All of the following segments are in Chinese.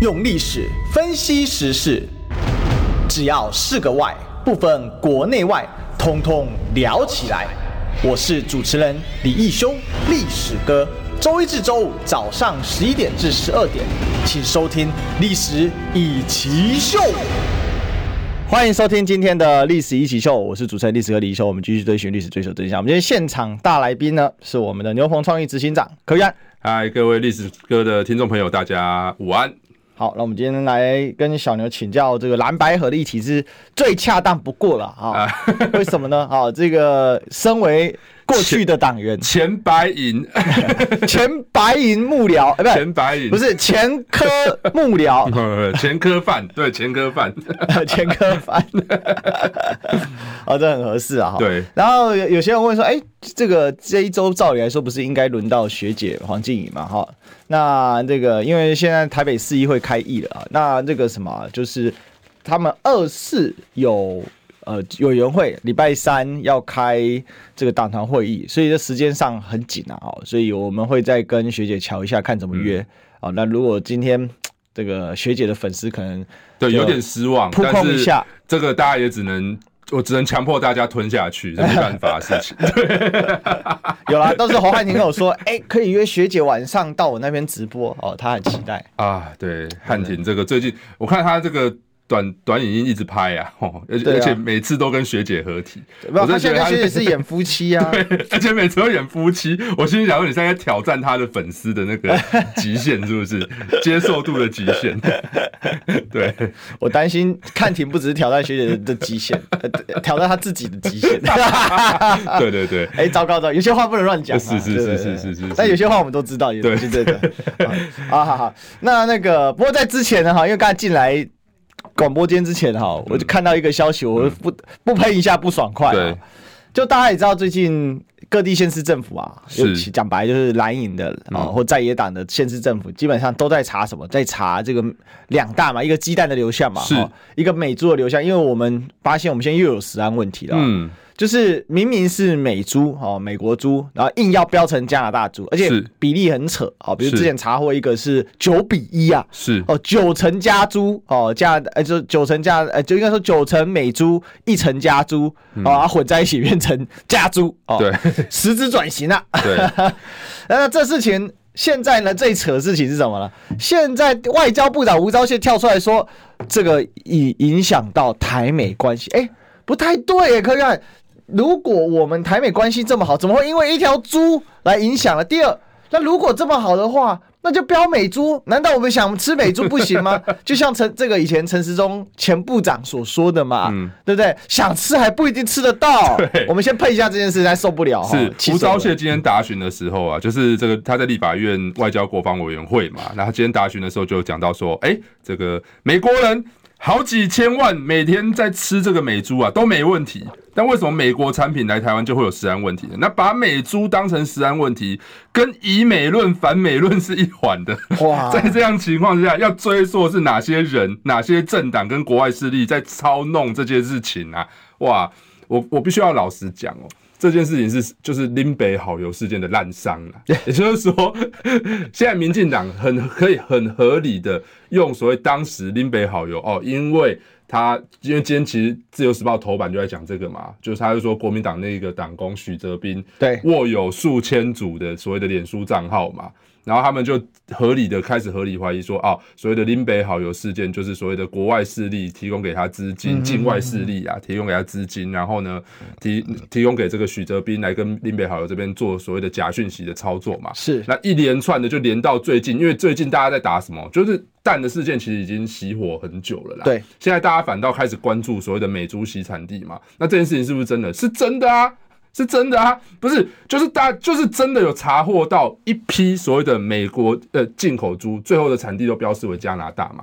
用历史分析时事，只要是个“外”，不分国内外，通通聊起来。我是主持人李义修，历史哥。周一至周五早上11点至12点，请收听《历史一起秀》。欢迎收听今天的《历史一起秀》，我是主持人历史哥李义修。我们继续追寻历史，追求真相。我们今天现场大来宾呢，是我们的牛棚创意执行长柯玉安。 嗨，各位历史哥的听众朋友，大家午安。 好，那我们今天来跟小牛请教这个蓝白合的议题是最恰当不过了啊。为什么呢？啊，这个身为过去的党员， 前白银幕僚，不是前白银， 不是前科幕僚， 前科犯，对，前科犯， 前科犯，哦，这很合适啊。 对。 然后有些人问说，这一周照理来说不是应该轮到学姐黄静怡嘛？哈，那这个因为现在台北市议会开议了啊，那这个什么就是他们24有委员会礼拜3要开这个党团会议，所以这时间上很紧啊，所以我们会再跟学姐瞧一下，看怎么约啊。那如果今天这个学姐的粉丝可能对有点失望， 扑空一下， 这个大家也我只能强迫大家吞下去，这没办法的事情。 有啦，都是侯汉廷跟我说，可以约学姐晚上到我那边直播哦，他很期待啊。 对，汉廷这个最近我看他这个短影音一直拍啊，而且每次都跟学姐合体。 他现在跟学姐是演夫妻啊， 对，而且每次都演夫妻。我心里想说，你现在挑战他的粉丝的那个极限，是不是接受度的极限？对， 我担心汉廷不只是挑战学姐的极限，挑战他自己的极限。 对对对， 糟糕的，有些话不能乱讲。 是， 但有些话我们都知道，也对对的。好，那个不过在之前呢，因为刚才进来广播间之前我就看到一个消息，我不喷一下不爽快。对，就大家也知道，最近各地县市政府讲白就是蓝营的或在野党的县市政府，基本上都在查什么？在查这个两大嘛，一个鸡蛋的流向嘛，一个美猪的流向。因为我们发现我们现在又有食安问题了。就是明明是美猪美国猪，然后硬要标成加拿大猪，而且比例很扯比如之前查获一个是9:1啊，是9成家猪就9成就应该说9成美猪1成家猪混在一起变成家猪对， 实质转型啊。 对， 那这事情现在呢，最扯的事情是什么呢？现在外交部长吴钊燮跳出来说，这个已影响到台美关系，不太对耶，柯玉安。如果我们台美关系这么好，怎么会因为一条猪来影响了？第二，那如果这么好的话，那就标美猪，难道我们想吃美猪不行吗？就像以前陈时中前部长所说的嘛，对不对？想吃还不一定吃得到。我们先配一下这件事，才受不了。 是吴钊燮今天答询的时候就是这个他在立法院外交国防委员会嘛，那他今天答询的时候就讲到说，这个美国人好几千万每天在吃这个美猪都没问题，但为什么美国产品来台湾就会有食安问题呢？那把美猪当成食安问题，跟以美论反美论是一环的。在这样情况之下，要追溯是哪些人、哪些政党跟国外势力在操弄这件事情啊？哇，我必须要老实讲这件事情就是林北好友事件的烂伤啦，也就是说，现在民进党可以很合理的用所谓当时林北好友因为今天其实自由时报头版就在讲这个嘛，就是他就说国民党那个党工许哲斌握有数千组的所谓的脸书账号嘛。然后他们就开始合理怀疑说，所谓的林北好友事件就是所谓的国外势力提供给他资金，境外势力提供给他资金，然后呢提供给这个许哲斌来跟林北好友这边做所谓的假讯息的操作嘛。是，那一连串的就连到最近，因为最近大家在打什么，就是蛋的事件其实已经熄火很久了啦。对，现在大家反倒开始关注所谓的美猪洗产地嘛。那这件事情是不是真的？是真的啊。是真的啊，不是，就是真的有查获到一批所谓的美国进口猪，最后的产地都标示为加拿大嘛。对，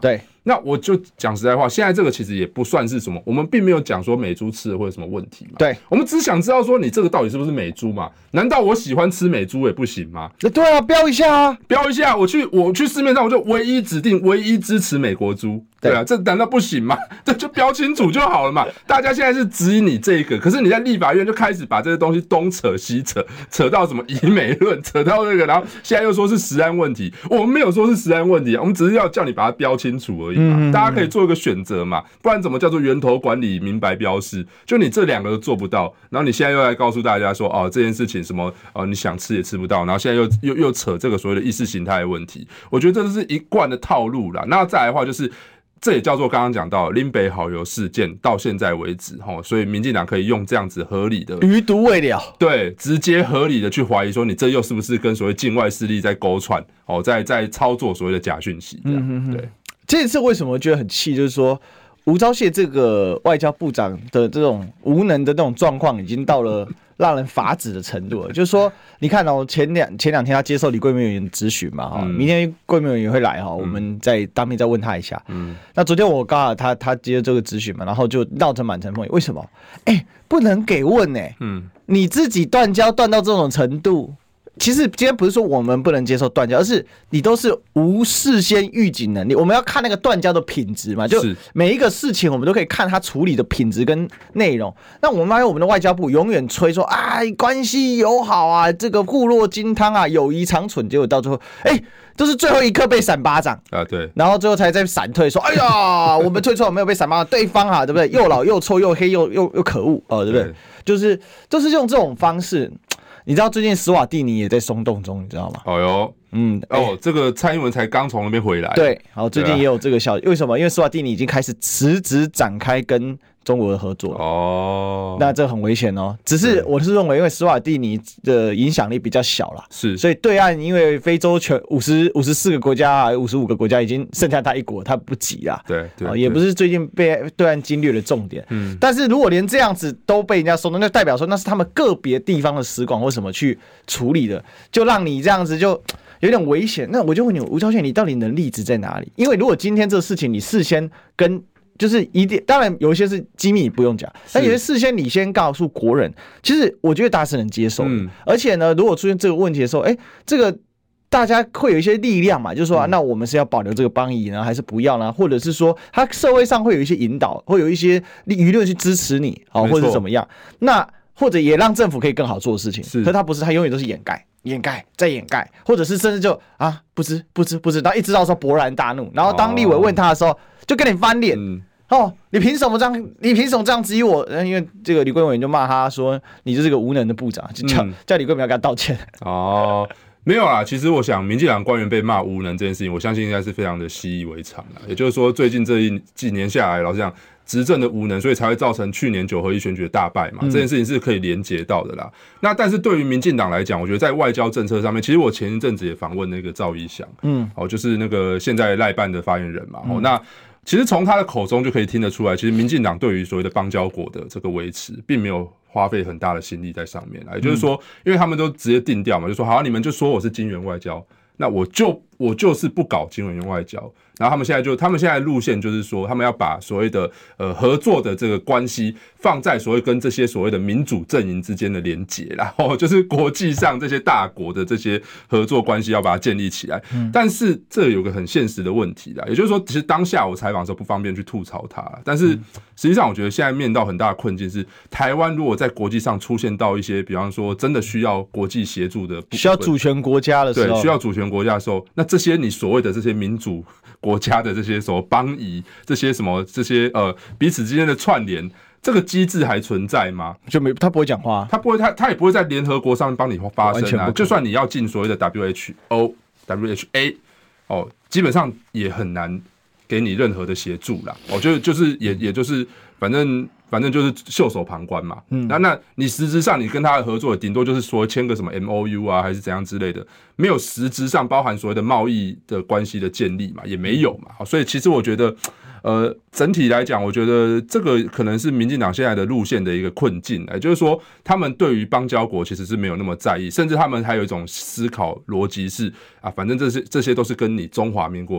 那我就讲实在话，现在这个其实也不算是什么，我们并没有讲说美猪吃了会有什么问题嘛。 对， 我们只想知道说你这个到底是不是美猪嘛？难道我喜欢吃美猪也不行吗？ 对啊，标一下啊， 标一下，我去市面上我就唯一指定、唯一支持美国猪。对啊，这难道不行吗？这就标清楚就好了嘛。大家现在是质疑你这个，可是你在立法院就开始把这些东西东扯西扯，扯到什么以美论，扯到那个，然后现在又说是食安问题。我们没有说是食安问题，我们只是要叫你把它标清楚而已嘛。大家可以做一个选择嘛，不然怎么叫做源头管理、明白标示？就你这两个都做不到，然后你现在又来告诉大家说，哦，这件事情什么你想吃也吃不到，然后现在又扯这个所谓的意识形态的问题。我觉得这是一贯的套路啦。那再来的话就是。这也叫做刚刚讲到林北好友事件到现在为止，所以民进党可以用这样子合理的余毒未了， 对，直接合理的去怀疑说你这又是不是跟所谓境外势力在勾串，在操作所谓的假讯息。对， 这次为什么觉得很气，就是说吴钊燮这个外交部长的这种无能的那种状况，已经到了让人发指的程度了。就是说，你看前两天他接受李桂明委员质询嘛，明天桂明委员也会来我们再当面再问他一下。那昨天我刚好他接这个质询嘛，然后就闹成满城风雨。为什么？不能给问你自己断交断到这种程度。其实今天不是说我们不能接受断交，而是你都是无事先预警能力。我们要看那个断交的品质嘛，就每一个事情我们都可以看他处理的品质跟内容。那我们的外交部永远吹说关系友好啊，这个固若金汤啊，友谊长存，结果到最后都是最后一刻被闪巴掌啊，对， 然后最后才在闪退说，哎呀，我们退错，没有被闪巴掌，对方对不对？又老又臭又黑又可恶对不对？就是用这种方式。你知道最近史瓦蒂尼也在松动中，你知道吗？ 这个蔡英文才刚从那边回来。 对，好，最近也有这个消息。为什么？因为史瓦蒂尼已经开始实质展开跟中国的合作了。那这很危险哦。只是我是认为，因为史瓦蒂尼的影响力比较小啦，所以对岸因为非洲全54个国家55个国家已经剩下他一国，他不急啦。 对， 也不是最近被对岸侵略的重点。但是如果连这样子都被人家松动，那代表说那是他们个别地方的使馆或什么去处理的，就让你这样子就有点危险。那我就问你，吴钊燮，你到底能力值在哪里？因为如果今天这个事情你事先就是一定，当然有一些是机密，你不用讲，但有些事先你先告诉国人，其实我觉得大家是能接受的。而且呢，如果出现这个问题的时候，这个大家会有一些力量嘛，就是说那我们是要保留这个邦谊呢，还是不要呢？或者是说，他社会上会有一些引导，会有一些舆论去支持你，或者是怎么样？那或者也让政府可以更好做的事情。可是他不是，他永远都是掩盖再掩盖，或者是甚至就不知，然后一直到时候勃然大怒，然后当立委问他的时候，就跟你翻脸。你凭什么这样？你凭什么这样质疑我？因为这个李桂委就骂他说，你就是个无能的部长，就叫李桂委要给他道歉。 没有啦，其实我想民进党官员被骂无能这件事情，我相信应该是非常的习以为常啦。也就是说，最近这几年下来，老实讲，执政的无能，所以才会造成去年9合1选举的大败嘛。这件事情是可以连结到的啦。那但是对于民进党来讲，我觉得在外交政策上面，其实我前一阵子也访问那个赵一翔，就是那个现在赖办的发言人嘛。那其实从他的口中就可以听得出来，其实民进党对于所谓的邦交国的这个维持，并没有花费很大的心力在上面。也就是说，因为他们都直接定调嘛，就说好，你们就说我是金援外交，那我就是不搞金援外交。然后他们现在的路线就是说，他们要把所谓的合作的这个关系放在所谓跟这些所谓的民主阵营之间的连结啦，就是国际上这些大国的这些合作关系要把它建立起来。但是这有个很现实的问题啦，也就是说，其实当下我采访的时候不方便去吐槽它，但是实际上我觉得现在面到很大的困境是，台湾如果在国际上出现到一些，比方说真的需要国际协助的， 需要主权国家的时候， 对，需要主权国家的时候，那这些你所谓的这些民主国家的这些什么邦谊，这些彼此之间的串联，这个机制还存在吗？ 他不会讲话， 他也不会在联合国上面帮你发声啊。就算你要进所谓的 WHO、WHA， 基本上也很难给你任何的协助啦。也就是反正就是袖手旁观嘛。那你实质上你跟他的合作，顶多就是说签个什么 MOU 啊，还是怎样之类的，没有实质上包含所谓的贸易的关系的建立嘛，也没有嘛。所以其实我觉得，整体来讲，我觉得这个可能是民进党现在的路线的一个困境，也就是说，他们对于邦交国其实是没有那么在意，甚至他们还有一种思考逻辑是反正这些都是跟你中华民国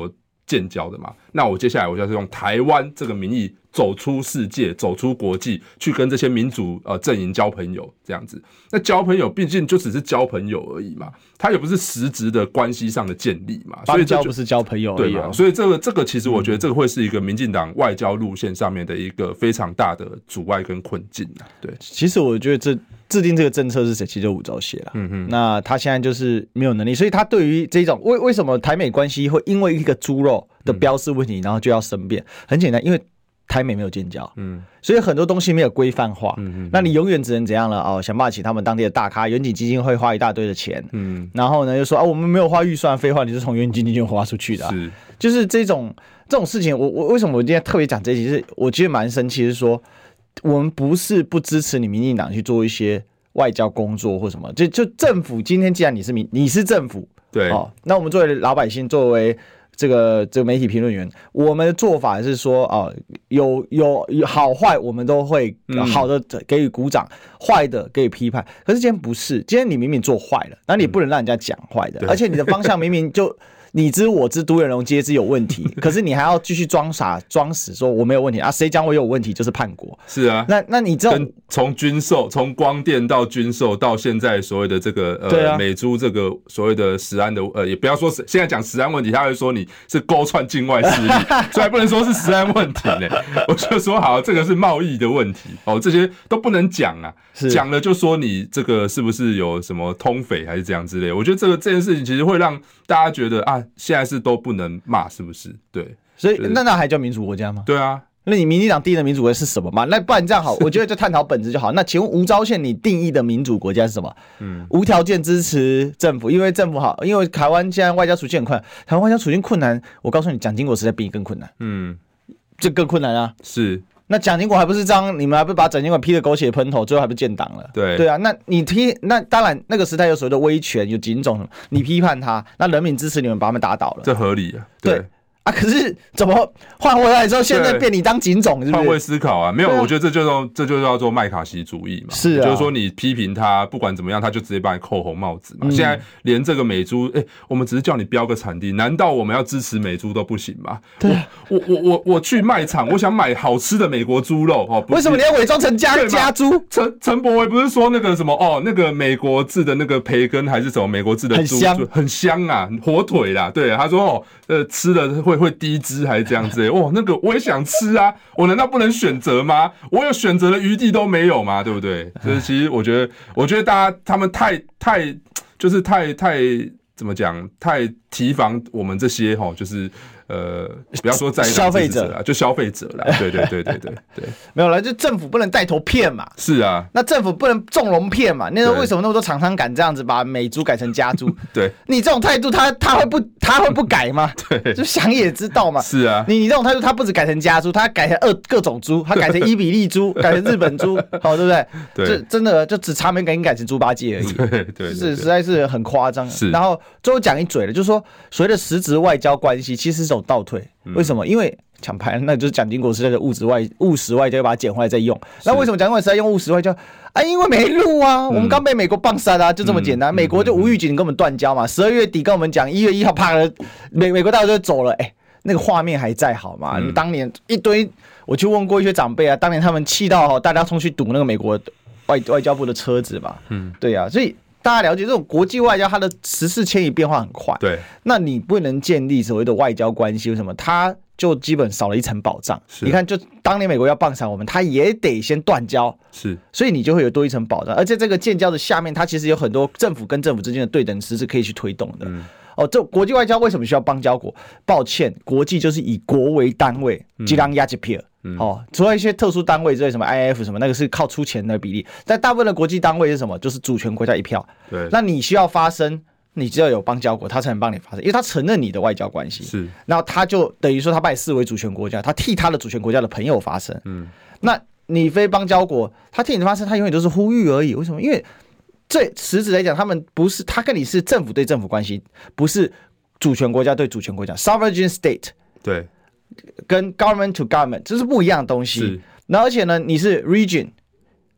建交的嘛。那我接下来我就是用台湾这个名义走出世界，走出国际，去跟这些民主阵营交朋友这样子。那交朋友毕竟就只是交朋友而已嘛，它也不是实质的关系上的建立嘛。所以这不是交朋友而已， 对嘛？所以这个其实我觉得这个会是一个民进党外交路线上面的一个非常大的阻碍跟困境啊。对， 其实我觉得制定这个政策是谁，其实就吴钊燮啦。那他现在就是没有能力，所以他对于这种为什么台美关系会因为一个猪肉的标示问题，然后就要生变？很简单，因为台美没有建交，所以很多东西没有规范化，那你永远只能怎样了？想办法请他们当地的大咖，远景基金会花一大堆的钱，然后呢又说我们没有花预算，废话，你是从远景基金会花出去的，就是这种事情，我为什么我今天特别讲这一集？是我觉得蛮生气，是说我们不是不支持你民进党去做一些外交工作或什么，就政府今天既然你是政府， 对， 那我们作为老百姓，作为这个媒体评论员，我们的做法是说有好坏，我们都会好的给予鼓掌，坏的给予批判。可是今天不是，今天你明明做坏了，那你不能让人家讲坏的，而且你的方向明明就你知我知，独眼龙皆知有问题，可是你还要继续装傻装死，说我没有问题啊？谁讲我有问题就是叛国？是啊，那你这种从军售，从光电到军售，到现在所谓的这个美猪这个所谓的食安的也不要说现在讲食安问题，他会说你是勾串境外势力，所以还不能说是食安问题呢。我就说好，这个是贸易的问题这些都不能讲啊，讲了就说你这个是不是有什么通匪还是这样之类。我觉得这件事情其实会让大家觉得现在是都不能骂，是不是？对，所以那还叫民主国家吗？ 对啊。 那你民进党定义的民主国家是什么嘛？那不然这样好，我觉得就探讨本质就好。那请问吴钊燮你定义的民主国家是什么？无条件支持政府，因为政府好，因为台湾现在外交处境很困难，台湾外交处境困难，我告诉你，蒋经国实在比你更困难。这更困难啊！ 是。 那蒋经国还不是你们还不是把蒋经国批得狗血喷头，最后还不是建党了？对啊，那你那当然那个时代有所谓的威权，有警种，你批判他，那人民支持你们把他们打倒了， 这合理啊？对。 可是怎么换回来之后，现在变你当警种，是不是？ 换位思考啊，没有，我觉得这就叫做麦卡锡主义嘛。是就是说你批评他，不管怎么样，他就直接把你扣红帽子嘛。现在连这个美猪，我们只是叫你标个产地，难道我们要支持美猪都不行吗？对，我去卖场，我想买好吃的美国猪肉为什么你要伪装成家猪？ 陈柏惟不是说那个什么那个美国制的那个培根还是什么美国制的猪很香啊，火腿啦，对，他说吃了会低脂还是这样子那个我也想吃啊，我难道不能选择吗？我有选择的余地都没有吗？对不对？就是其实我觉得大家他们太就是太怎么讲，太提防我们这些就是不要说在消费者啦，就消费者啦，对， 没有啦，就政府不能带头骗嘛， 是啊， 那政府不能纵容骗嘛，那为什么那么多厂商敢这样子把美猪改成家猪？ 对， 你这种态度他会不改吗？对，就想也知道嘛， 是啊， 你这种态度他不止改成家猪，他改成各种猪，他改成伊比利猪，改成日本猪，好对不对？对，这真的就只差没给你改成猪八戒而已，对，是实在是很夸张。然后最后讲一嘴了，就是说所谓的实质外交关系其实是种倒退，为什么？因为讲白了，那就是蒋经国时代的务实外交，把它捡回来再用。那为什么蒋经国时代用务实外交？因为没路啊，我们刚被美国棒杀啊，就这么简单。美国就无预警跟我们断交嘛，12月底跟我们讲1月1号啪了，美国大家就走了，那个画面还在好吗？当年一堆，我去问过一些长辈啊，当年他们气到大家冲去堵那个美国外交部的车子嘛，对啊，所以。大家了解这种国际外交，它的时事迁移变化很快。对，那你不能建立所谓的外交关系，为什么？它就基本少了一层保障。你看，就当年美国要棒杀我们，它也得先断交，是，所以你就会有多一层保障。而且这个建交的下面，它其实有很多政府跟政府之间的对等实质可以去推动的。这国际外交为什么需要邦交国？抱歉，国际就是以国为单位，几两压几片。除了一些特殊单位之类，什么 IF 什么，那个是靠出钱的比例。但大部分的国际单位是什么？就是主权国家一票。对，那你需要发声，你只要有邦交国，他才能帮你发声，因为他承认你的外交关系。是，然后他就等于说他把你视为主权国家，他替他的主权国家的朋友发声。那你非邦交国，他替你发声，他永远都是呼吁而已。为什么？因为最实质来讲，他们不是他跟你是政府对政府关系，不是主权国家对主权国家 ，sovereign state。对。跟 government to government 这是不一样的东西。然后而且呢，你是 region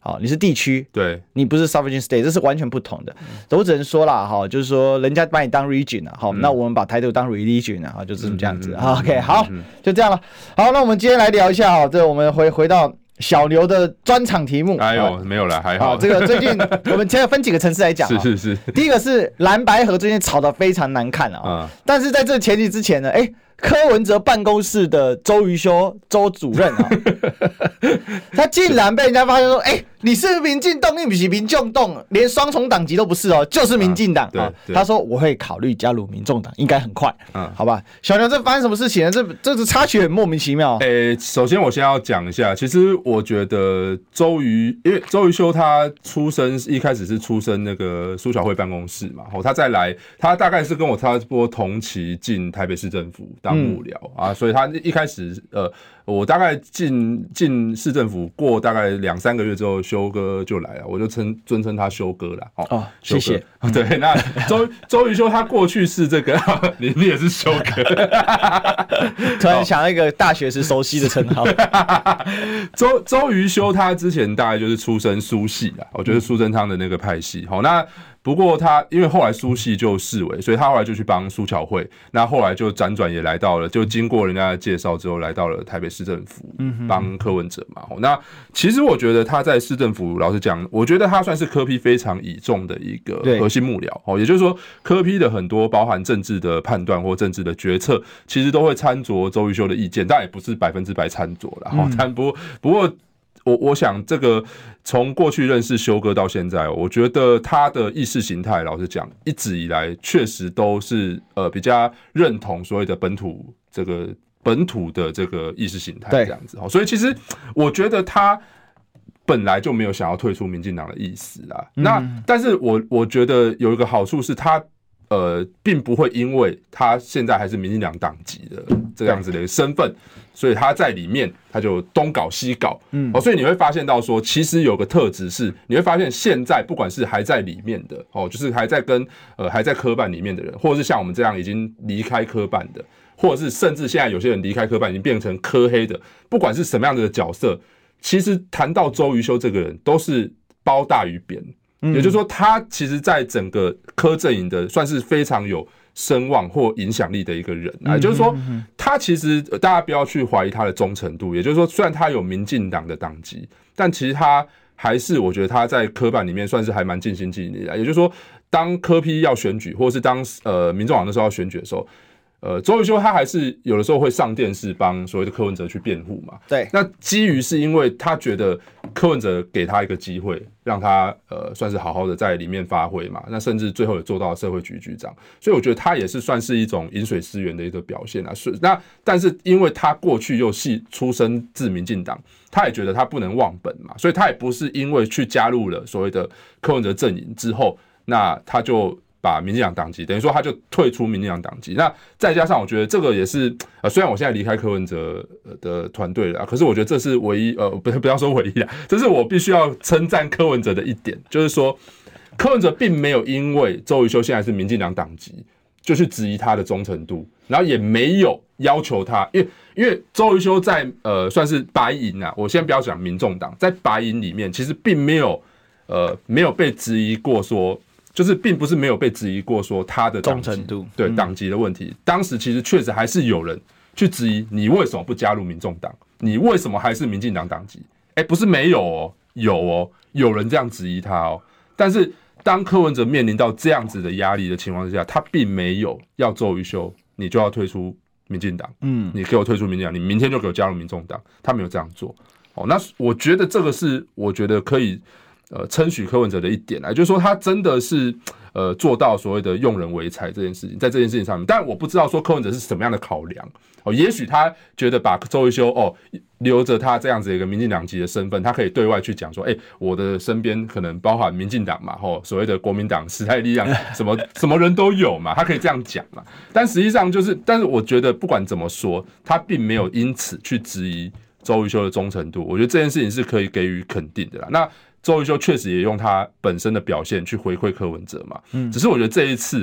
好，你是地区， 对， 你不是 sovereign state， 这是完全不同的。我只能说啦，哈，就是说人家把你当 region 啊，好，那我们把台独当 religion 啊，就是这样子。OK， 好，就这样了。好，那我们今天来聊一下哈，这我们回到小牛的专场题目。 哎呦，没有啦，还好。 这个最近我们现在分几个层次来讲。 是。 第一个是蓝白合最近吵得非常难看啊，但是在这前提之前呢，柯文哲办公室的周瑜修周主任啊，他竟然被人家发现说，你是民进党，你不是民众党，连双重党籍都不是哦，就是民进党啊。他说我会考虑加入民众党，应该很快，好吧？小牛，这发生什么事情呢？这插曲很莫名其妙。 首先我先要讲一下，其实我觉得因为周瑜修他一开始是出身那个苏巧慧办公室嘛，他再来，他大概是跟我差不多同期进台北市政府当幕僚啊，所以他一开始我大概进市政府过大概2-3个月之后，修哥就来了，我就尊称他修哥啦。 谢谢。 对，那周瑜修他过去是这个，你也是修哥， 突然想到一个大学时熟悉的称号。 周瑜修他之前大概就是出身苏系啦，我觉得苏贞昌的那个派系。好，那不过他因为后来苏系就视为，所以他后来就去帮苏巧慧，那后来就辗转也来到了，就经过人家的介绍之后，来到了台北市政府帮柯文哲嘛。那其实我觉得他在市政府，老实讲，我觉得他算是柯 P 非常倚重的一个核心幕僚。也就是说，柯 P 的很多包含政治的判断或政治的决策，其实都会参酌周瑜修的意见，但也不是100%参酌啦。但不过。我想这个从过去认识修哥到现在，我觉得他的意识形态，老实讲，一直以来确实都是比较认同所谓的本土的这个意识形态这样子。所以其实我觉得他本来就没有想要退出民进党的意思啦。那但是我觉得有一个好处是他。并不会因为他现在还是民进党党籍的这样子的身份，所以他在里面他就东搞西搞，所以你会发现到说，其实有个特质是，你会发现现在不管是还在里面的就是还在科办里面的人，或者是像我们这样已经离开科办的，或者是甚至现在有些人离开科办已经变成科黑的，不管是什么样的角色，其实谈到周瑜修这个人，都是褒大于贬。也就是说，他其实在整个柯阵营的算是非常有声望或影响力的一个人。也就是说，他其实大家不要去怀疑他的忠诚度。也就是说，虽然他有民进党的党籍，但其实他还是我觉得他在柯办里面算是还蛮尽心尽力的。也就是说，当柯 P 要选举，或者是当民众党那时候要选举的时候。周瑜修他还是有的时候会上电视帮所谓的柯文哲去辩护嘛。 对。 那基于是因为他觉得柯文哲给他一个机会，让他算是好好的在里面发挥嘛。那甚至最后也做到社会局局长，所以我觉得他也是算是一种饮水思源的一个表现啊。但是因为他过去又是出身自民进党，他也觉得他不能忘本嘛，所以他也不是因为去加入了所谓的柯文哲阵营之后，那他就。把民进党党籍，等于说他就退出民进党党籍。那再加上我觉得这个也是，虽然我现在离开柯文哲的团队了，可是我觉得这是唯一，不要说唯一啦，这是我必须要称赞柯文哲的一点，就是说柯文哲并没有因为周瑜修现在是民进党党籍，就去质疑他的忠诚度，然后也没有要求他，因为周瑜修在算是白营啊，我先不要讲民众党，在白营里面其实并没有被质疑过说。就是并不是没有被质疑过说他的忠诚度对党籍的问题，当时其实确实还是有人去质疑你为什么不加入民众党，你为什么还是民进党党籍？不是没有哦，有人这样质疑他哦。但是当柯文哲面临到这样子的压力的情况之下，他并没有要周瑜修你就要退出民进党，你给我退出民进党，你明天就给我加入民众党，他没有这样做。那我觉得这个是我觉得可以。称许柯文哲的一点就是说他真的是做到所谓的用人唯才这件事情，在这件事情上面，但我不知道说柯文哲是什么样的考量也许他觉得把周瑜修留着他这样子一个民进党籍的身份，他可以对外去讲说，我的身边可能包含民进党嘛，所谓的国民党、时代力量，什么人都有嘛，他可以这样讲嘛。但实际上就是，但是我觉得不管怎么说，他并没有因此去质疑周瑜修的忠诚度，我觉得这件事情是可以给予肯定的啦。那周瑜修确实也用他本身的表现去回馈柯文哲嘛，只是我觉得这一次啊，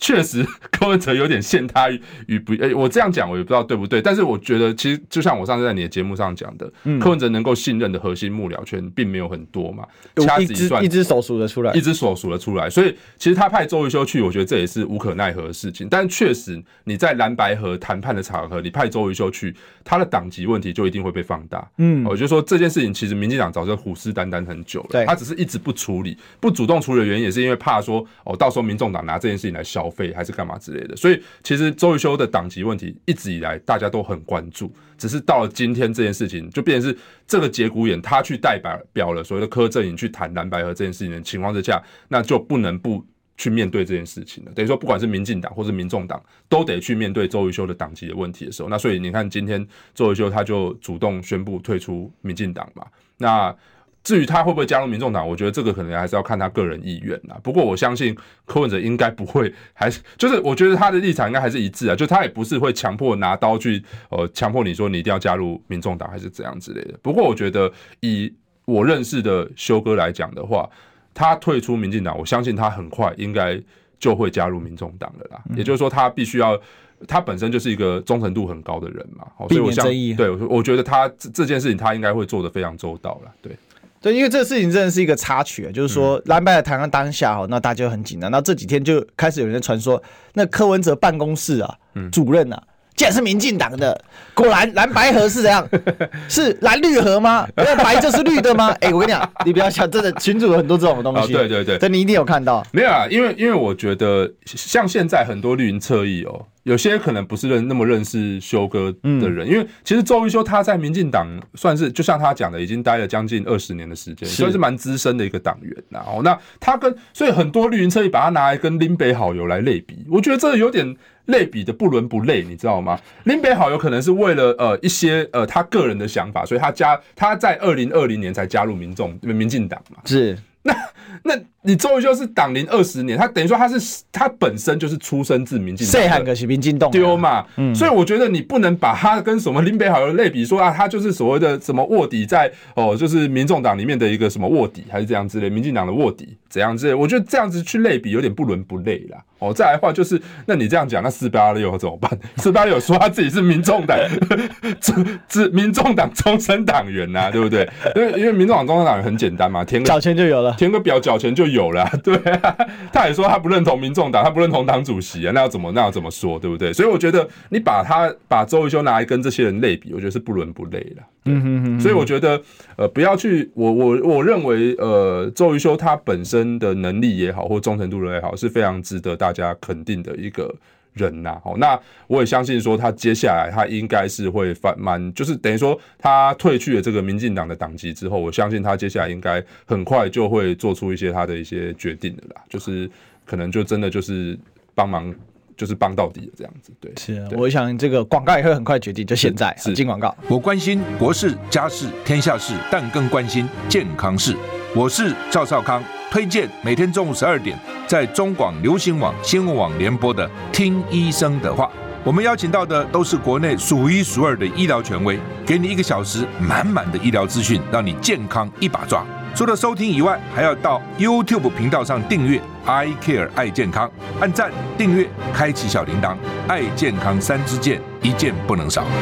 确实柯文哲有点陷他于不，我这样讲我也不知道对不对，但是我觉得其实就像我上次在你的节目上讲的，柯文哲能够信任的核心幕僚圈并没有很多嘛，掐指一算， 一只手数得出来， 所以其实他派周瑜修去，我觉得这也是无可奈何的事情。但确实你在蓝白合谈判的场合，你派周瑜修去，他的党籍问题就一定会被放大。我就说这件事情其实民进党早就虎视眈眈很久了，他只是一直不处理，不主动处理的原因也是因为怕说到时候民众党拿这件事情来消费还是干嘛之类的。所以其实周瑜修的党籍问题一直以来大家都很关注，只是到了今天这件事情就变成是这个节骨眼，他去代表了所谓的柯阵营去谈蓝白合这件事情的情况之下，那就不能不去面对这件事情了。等于说不管是民进党或是民众党都得去面对周瑜修的党籍的问题的时候，那所以你看今天周瑜修他就主动宣布退出民进党嘛。那至于他会不会加入民众党，我觉得这个可能还是要看他个人意愿啦。不过我相信柯文哲应该不会，还是就是我觉得他的立场应该还是一致啊，就他也不是会强迫拿刀去强迫你说你一定要加入民众党还是怎样之类的。不过我觉得以我认识的修哥来讲的话，他退出民进党，我相信他很快应该就会加入民众党了啦。也就是说他必须要。他本身就是一个忠诚度很高的人嘛，所以我想对，我觉得他这件事情他应该会做得非常周到啦。 对，因为这个事情真的是一个插曲，就是说蓝白的谈判当下，那大家就很紧张。那这几天就开始有人传说，那柯文哲办公室啊，主任啊，竟然是民进党的，果然蓝白合是怎样？是蓝绿合吗？白就是绿的吗？我跟你讲，你不要想，真的群组有很多这种东西。 对，这你一定有看到。 没有啊，因为我觉得像现在很多绿营侧翼有些可能不是那么认识修哥的人，因为其实周瑜修他在民进党算是就像他讲的，已经待了将近20年的时间，算是蛮资深的一个党员啦。那他所以很多绿营侧翼把他拿来跟林北好友来类比，我觉得这有点类比的不伦不类，你知道吗？林北好友可能是为了一些他个人的想法，所以他在2020年才加入民进党嘛， 是。 那你周瑜修是党龄20年，他等于说他本身就是出生自民进党， 谁喊个是民进党丢嘛？所以我觉得你不能把他跟什么林北好友类比，说他就是所谓的什么卧底在就是民众党里面的一个什么卧底，还是这样之类，民进党的卧底怎样之类，我觉得这样子去类比有点不伦不类啦。再来的话就是，那你这样讲，那486怎么办？486说他自己是民众党，民众党终身党员呐，对不对？因为民众党终身党员很简单嘛， 缴钱就有了， 填个表缴钱就有了，对啊。他也说他不认同民众党，他不认同党主席啊，那要怎么说，对不对？所以我觉得你把周瑜修拿来跟这些人类比，我觉得是不伦不类啦。所以我觉得不要去我认为周瑜修他本身的能力也好，或忠诚度也好，是非常值得大家肯定的一个人呐。那我也相信说他接下来他应该是会就是等于说他退去了这个民进党的党籍之后，我相信他接下来应该很快就会做出一些他的一些决定的啦，就是可能就真的就是帮忙。就是帮到底的这样子，对， 是啊，我想这个广告也会很快决定，就现在进广告。 我关心国事、家事、天下事，但更关心健康事。我是赵少康，推荐每天中午12点在中广流行网、新闻网联播的《听医生的话》。我们邀请到的都是国内数一数二的医疗权威，给你1个小时满满的医疗资讯，让你健康一把抓。除了收听以外，还要到 YouTube 频道上订阅 I Care 爱健康，按赞、订阅、开启小铃铛，爱健康3支箭，一件不能少。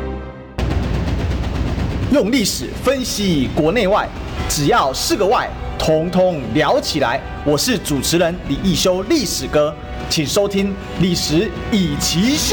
用历史分析国内外，只要是个外，统统聊起来。我是主持人李义修，历史哥，请收听《历史一奇秀》。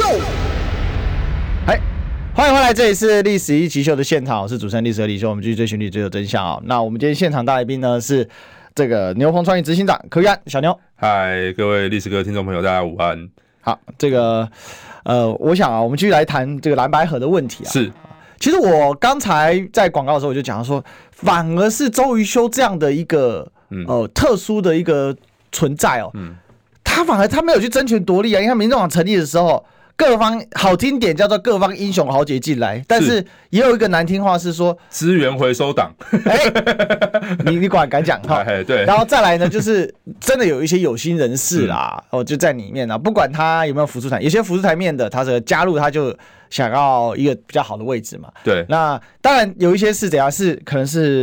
欢迎回来，这里是历史一奇秀的现场，我是主持人历史和李修，我们继续追寻历史，追求真相那我们今天现场大来宾呢是这个牛棚创意执行长柯玉安，小牛。 嗨，各位历史哥听众朋友，大家午安。 好，这个我想我们继续来谈这个蓝白合的问题啊。 是， 其实我刚才在广告的时候我就讲说，反而是周瑜修这样的一个特殊的一个存在他反而他没有去争权夺利啊。因为民众党成立的时候，各方好听点叫做各方英雄豪杰进来，但是也有一个难听话是说资源回收党。 你果然敢讲哈。 对， 然后再来呢，就是真的有一些有心人士啦，就在里面不管他有没有浮出台，有些浮出台面的，他是加入他就想要一个比较好的位置嘛。 对， 那当然有一些是怎样，是可能是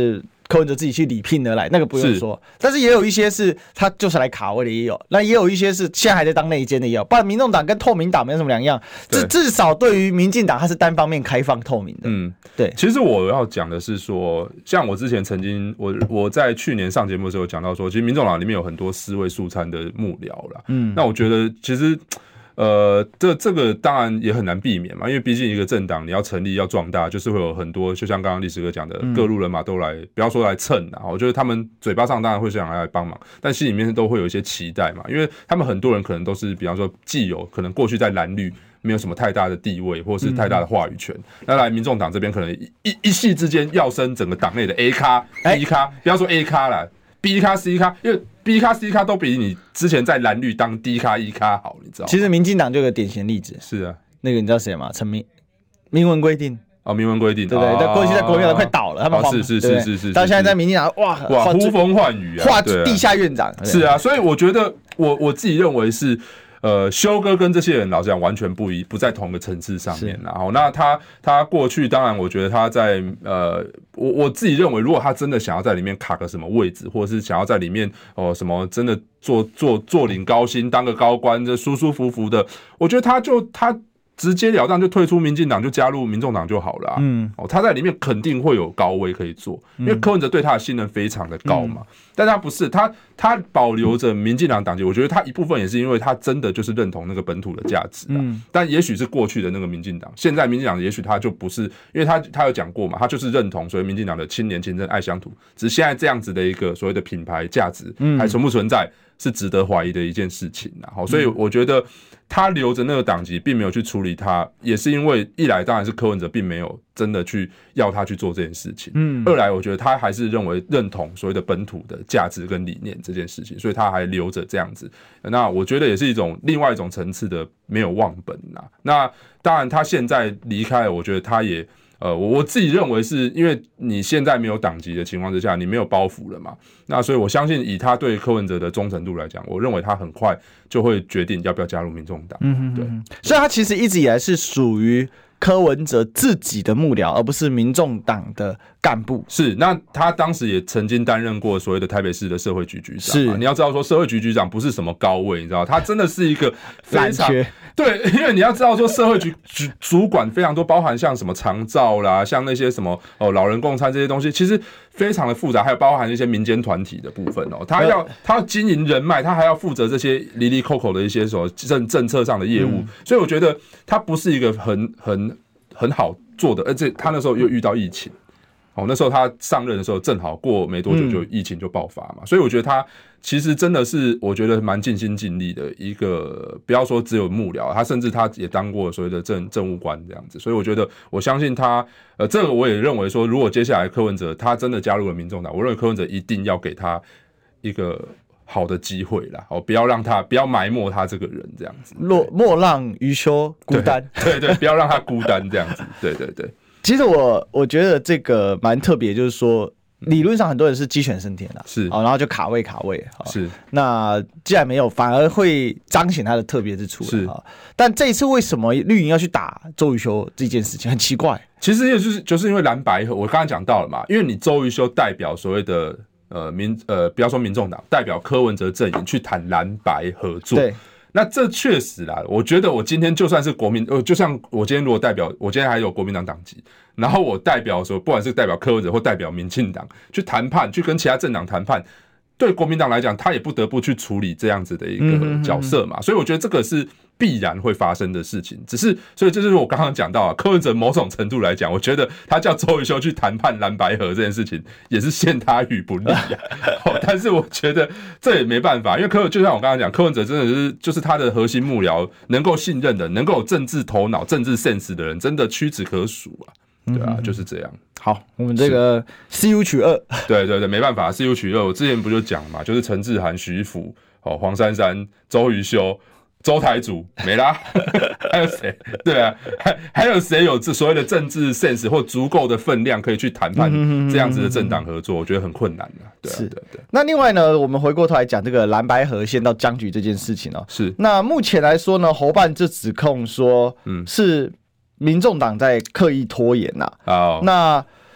柯文哲自己去礼聘而来，那个不用说。但是也有一些是他就是来卡位的，也有。那也有一些是现在还在当内奸的，也有。不然民众党跟透明党没什么两样，至少对于民进党，它是单方面开放透明的。对。 其实我要讲的是说，像我之前曾经我在去年上节目的时候有讲到说，其实民众党里面有很多思维素餐的幕僚啦。那我觉得其实。这个当然也很难避免嘛，因为毕竟一个政党你要成立要壮大，就是会有很多，就像刚刚历史哥讲的，各路人马都来，不要说来蹭啊，我觉得他们嘴巴上当然会想来帮忙，但心里面都会有一些期待嘛，因为他们很多人可能都是，比方说既有可能过去在蓝绿没有什么太大的地位，或是太大的话语权，那来民众党这边可能一夕之间要升整个党内的 A 咖、B 咖，不要说 A 咖啦。B 咖 C 咖，因为 B 咖 C 咖都比你之前在蓝绿当 D 咖 E 咖好，你知道吗？ 其实民进党就有个典型例子， 是啊， 那个你知道谁吗？明文规定哦，明文规定， 对不对？过去在国民党快倒了，他们是， 到现在在民进党哇呼风唤雨啊， 画地下院长是啊，所以我觉得我自己认为是。修哥跟这些人老实讲完全不在同个层次上面，然后那他过去当然我觉得他在我自己认为，如果他真的想要在里面卡个什么位置，或者是想要在里面什么真的坐领高薪当个高官，这舒舒服服的，我觉得他直截了当就退出民进党，就加入民众党就好了他在里面肯定会有高位可以做，因为柯文哲对他的信任非常的高嘛。但他不是，他保留着民进党党籍，我觉得他一部分也是因为他真的就是认同那个本土的价值但也许是过去的那个民进党，现在民进党也许他就不是，因为他有讲过嘛，他就是认同所谓民进党的青年勤政爱乡土，只是现在这样子的一个所谓的品牌价值还存不存在，是值得怀疑的一件事情所以我觉得他留着那个党籍并没有去处理他，也是因为一来当然是柯文哲并没有真的去要他去做这件事情二来我觉得他还是认同所谓的本土的价值跟理念这件事情，所以他还留着这样子，那我觉得也是另外一种层次的没有忘本那当然他现在离开了，我觉得他也我自己认为是因为你现在没有党籍的情况之下，你没有包袱了嘛，那所以我相信以他对柯文哲的忠诚度来讲，我认为他很快就会决定要不要加入民众党对， 所以他其实一直以来是属于柯文哲自己的幕僚，而不是民众党的干部。 是，那他当时也曾经担任过所谓的台北市的社会局局长。是，你要知道说社会局局长不是什么高位，你知道，他真的是一个非常对，因为你要知道说社会局主管非常多，包含像什么长照啦，像那些什么老人共餐这些东西，其实非常的复杂，还有包含一些民间团体的部分他要经营人脉，他还要负责这些里里扣扣的一些什么政策上的业务，所以我觉得他不是一个很好做的，而且他那时候又遇到疫情。那时候他上任的时候，正好过没多久就疫情就爆发嘛，所以我觉得他其实真的是我觉得蛮尽心尽力的一个，不要说只有幕僚，他甚至他也当过所谓的政务官这样子，所以我觉得我相信他，这个我也认为说，如果接下来柯文哲他真的加入了民众党，我认为柯文哲一定要给他一个好的机会啦，不要埋没他这个人这样子， 莫让余修孤单， 对，不要让他孤单这样子，对。 其实我觉得这个蛮特别，就是说理论上很多人是鸡犬升天是然后就卡位是。 那既然没有，反而会彰显他的特别之处是。但这一次为什么绿营要去打周瑜修这件事情很奇怪？ 其实也就是因为蓝白合，我刚才讲到了嘛，因为你周瑜修代表所谓的不要说民众党，代表柯文哲阵营去谈蓝白合作。 对。 那这确实啦，我觉得我今天就算是就像我今天如果代表，我今天还有国民党党籍，然后我代表说，不管是代表柯文哲或代表民进党去谈判，去跟其他政党谈判，对国民党来讲，他也不得不去处理这样子的一个角色嘛，所以我觉得这个是必然会发生的事情。只是，所以这就是我刚刚讲到柯文哲某种程度来讲，我觉得他叫周瑜修去谈判蓝白合这件事情，也是陷他于不利但是我觉得这也没办法，因为就像我刚刚讲，柯文哲真的就是他的核心幕僚，能够信任的，能够有政治头脑、政治 sense 的人，真的屈指可数对啊，就是这样。 好，我们这个 CU 取2， 对，没办法 ，CU 取2，我之前不就讲嘛，就是陈志涵、徐府、黄珊珊、周瑜修、周台主没啦，还有谁？对啊，还有谁有所谓的政治 sense 或足够的分量可以去谈判这样子的政党合作？我觉得很困难的。对啊，对。 那另外呢，我们回过头来讲这个蓝白合先到僵局这件事情是。 那目前来说呢，侯办就指控说，是民众党在刻意拖延那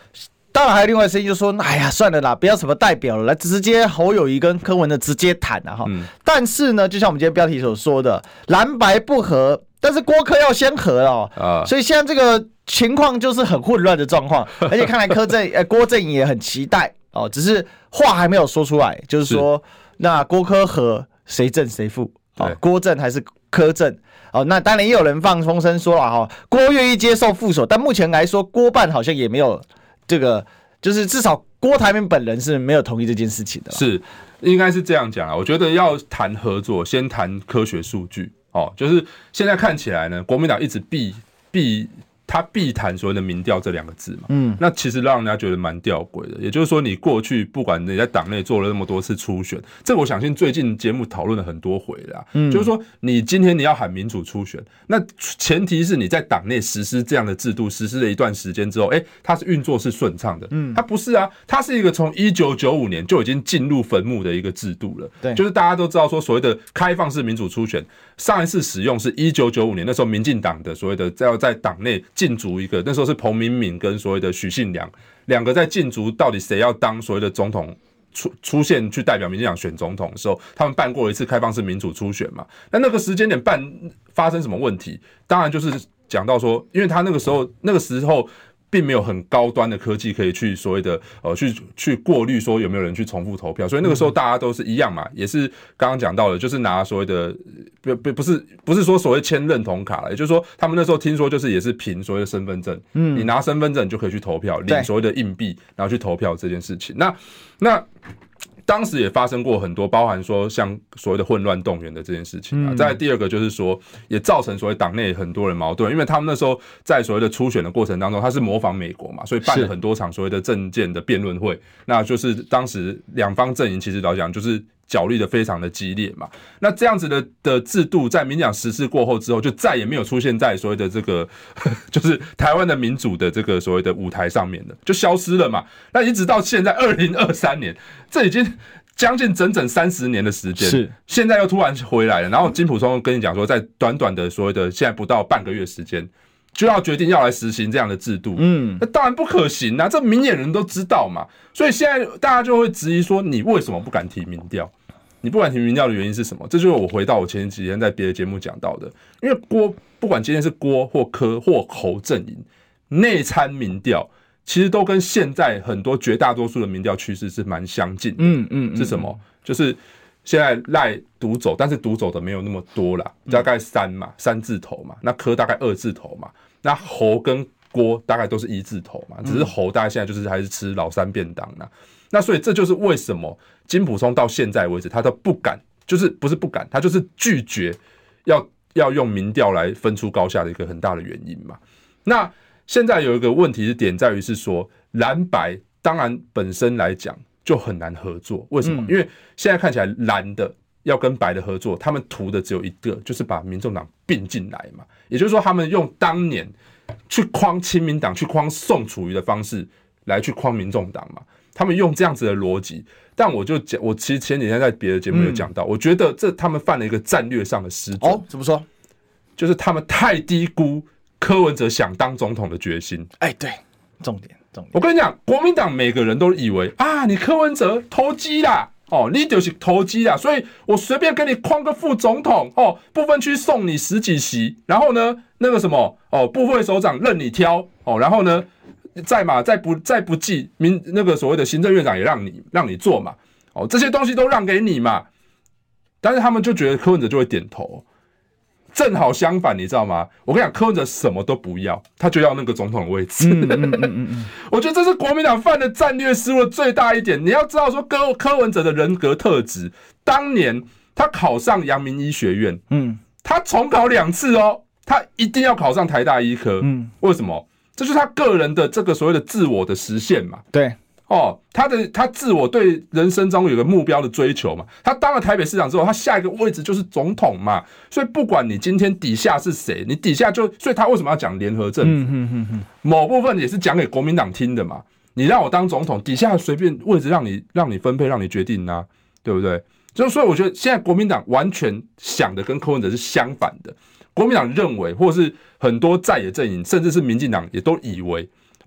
当然还有另外声音就说，哎呀，算了啦，不要什么代表了，来直接侯友宜跟柯文哲直接谈啊哈。但是呢，就像我们今天标题所说的，蓝白不合，但是郭柯要先合哦，所以现在这个情况就是很混乱的状况，而且看来郭阵营也很期待哦，只是话还没有说出来，就是说那郭柯合谁正谁负，郭阵还是柯阵？哦，那当然也有人放风声说了哈，郭愿意接受副手，但目前来说，郭办好像也没有。这个就是至少郭台铭本人是没有同意这件事情的， 是应该是这样讲啊。我觉得要谈合作，先谈科学数据哦。就是现在看起来呢，国民党一直必谈所谓的民调这2个字嘛，那其实让人家觉得蛮吊诡的。也就是说，你过去不管你在党内做了那么多次初选，这个我相信最近节目讨论了很多回啦。就是说，你今天你要喊民主初选，那前提是你在党内实施这样的制度，实施了一段时间之后，它是运作是顺畅的。它不是啊，它是一个从1995年就已经进入坟墓的一个制度了。 对， 就是大家都知道说，所谓的开放式民主初选，上一次使用是1995年，那时候民进党的所谓的要在党内竞逐一个，那时候是彭明敏跟所谓的许信良2个在竞逐，到底谁要当所谓的总统出现去代表民进党选总统的时候，他们办过一次开放式民主初选嘛？那个时间点发生什么问题？当然就是讲到说，因为他那个时候并没有很高端的科技可以去所谓的去过滤说有没有人去重复投票，所以那个时候大家都是一样嘛，也是刚刚讲到的，就是拿所谓的不是说所谓签认同卡了，也就是说他们那时候听说就是也是凭所谓的身份证，你拿身份证你就可以去投票，领所谓的硬币，然后去投票这件事情。那当时也发生过很多，包含说像所谓的混乱动员的这件事情啊。再来第二个就是说，也造成所谓党内很多人矛盾，因为他们那时候在所谓的初选的过程当中，他是模仿美国嘛，所以办了很多场所谓的政见的辩论会，那就是当时两方阵营其实老讲就是角力的非常的激烈嘛。那这样子的制度在民进党实施过后之后，就再也没有出现在所谓的这个就是台湾的民主的这个所谓的舞台上面的，就消失了嘛。那一直到现在2023年，这已经将近整整30年的时间，是现在又突然回来了。然后金溥聪跟你讲说，在短短的所谓的现在不到半个月时间，就要决定要来实行这样的制度，那当然不可行啊，这明眼人都知道嘛。所以现在大家就会质疑说，你为什么不敢提民调？你不敢提民调的原因是什么？这就是我回到我前几天在别的节目讲到的，因为不管今天是郭或柯或侯阵营内参民调，其实都跟现在很多绝大多数的民调趋势是蛮相近的。是什么？就是现在赖独走，但是独走的没有那么多啦，大概3字头嘛，那柯大概2字头嘛，那侯跟郭大概都是1字头嘛，只是侯大概现在就是还是吃老三便当啦。那所以这就是为什么金溥聪到现在为止他都不敢，就是不是不敢，他就是拒绝要用民调来分出高下的一个很大的原因嘛。那现在有一个问题是点在于是说，蓝白当然本身来讲就很难合作，为什么？因为现在看起来蓝的要跟白的合作，他们图的只有一个，就是把民众党并进来嘛。也就是说，他们用当年去框亲民党、去框宋楚瑜的方式来去框民众党嘛。他们用这样子的逻辑，但我其实前几天在别的节目有讲到，我觉得他们犯了一个战略上的失准。 怎么说？ 就是他们太低估柯文哲想当总统的决心。 对，重点。 我跟你讲，国民党每个人都以为啊，你柯文哲投机啦，你就是投机啦，所以我随便给你框个副总统，不分区送你10几席，然后呢，那个什么部会首长任你挑，然后呢。再不济，那个所谓的行政院长也让你做嘛，这些东西都让给你嘛，但是他们就觉得柯文哲就会点头，正好相反，你知道吗？我跟你讲，柯文哲什么都不要，他就要那个总统的位置。我觉得这是国民党犯的战略失误的最大一点。你要知道说柯文哲的人格特质，当年他考上阳明医学院，他重考2次他一定要考上台大医科，为什么？这就是他个人的这个所谓的自我的实现嘛。 对， 他自我对人生中有个目标的追求嘛。他当了台北市长之后，他下一个位置就是总统嘛。所以不管你今天底下是谁，你底下所以他为什么要讲联合政府？某部分也是讲给国民党听的嘛。你让我当总统，底下随便位置让你分配，让你决定啊，对不对？所以我觉得现在国民党完全想的跟柯文哲是相反的。国民党认为，或是很多在野阵营，甚至是民进党也都以为，